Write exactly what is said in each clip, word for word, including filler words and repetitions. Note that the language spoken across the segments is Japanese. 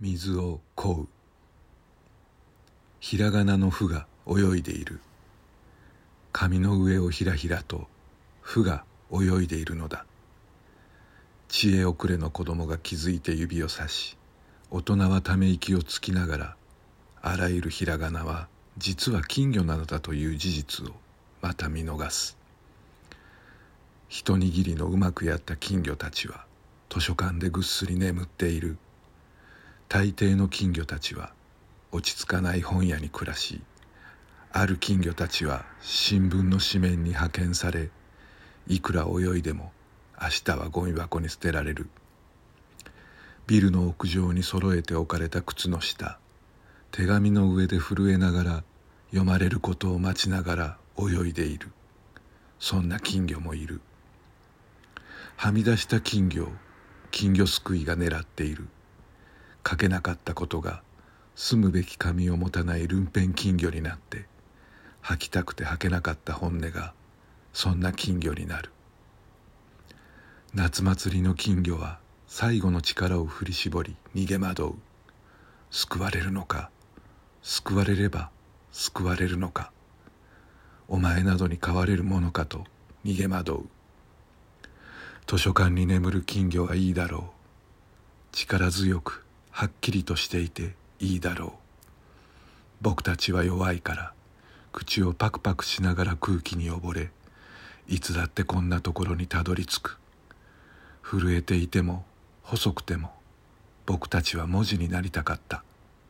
水を乞う。ひらがなのふが泳いでいる。紙の上をひらひらとふが泳いでいるのだ。知恵遅れの子供が気づいて指をさし、大人はため息をつきながら、あらゆるひらがなは実は金魚なのだという事実をまた見逃す。一握りのうまくやった金魚たちは図書館でぐっすり眠っている。大抵の金魚たちは落ち着かない本屋に暮らし、ある金魚たちは新聞の紙面に派遣され、いくら泳いでも明日はゴミ箱に捨てられる。ビルの屋上に揃えて置かれた靴の下、手紙の上で震えながら読まれることを待ちながら泳いでいる。そんな金魚もいる。はみ出した金魚を金魚すくいが狙っている。書けなかったことが住むべき紙を持たないルンペン金魚になって、吐きたくて吐けなかった本音がそんな金魚になる。夏祭りの金魚は最後の力を振り絞り逃げ惑う。救われるのか、救われれば救われるのか、お前などに飼われるものかと逃げ惑う。図書館に眠る金魚はいいだろう。力強くはっきりとしていていいだろう。僕たちは弱いから口をパクパクしながら空気に溺れ、いつだってこんなところにたどり着く。震えていても細くても僕たちは文字になりたかった。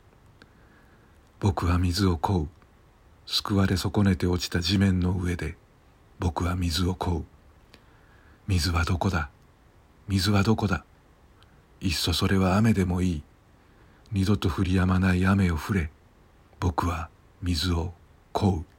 僕は水を乞う。救われ損ねて落ちた地面の上で僕は水を乞う。水はどこだ、水はどこだ。いっそそれは雨でもいい。二度と降り止まない雨を降れ。僕は水を乞う。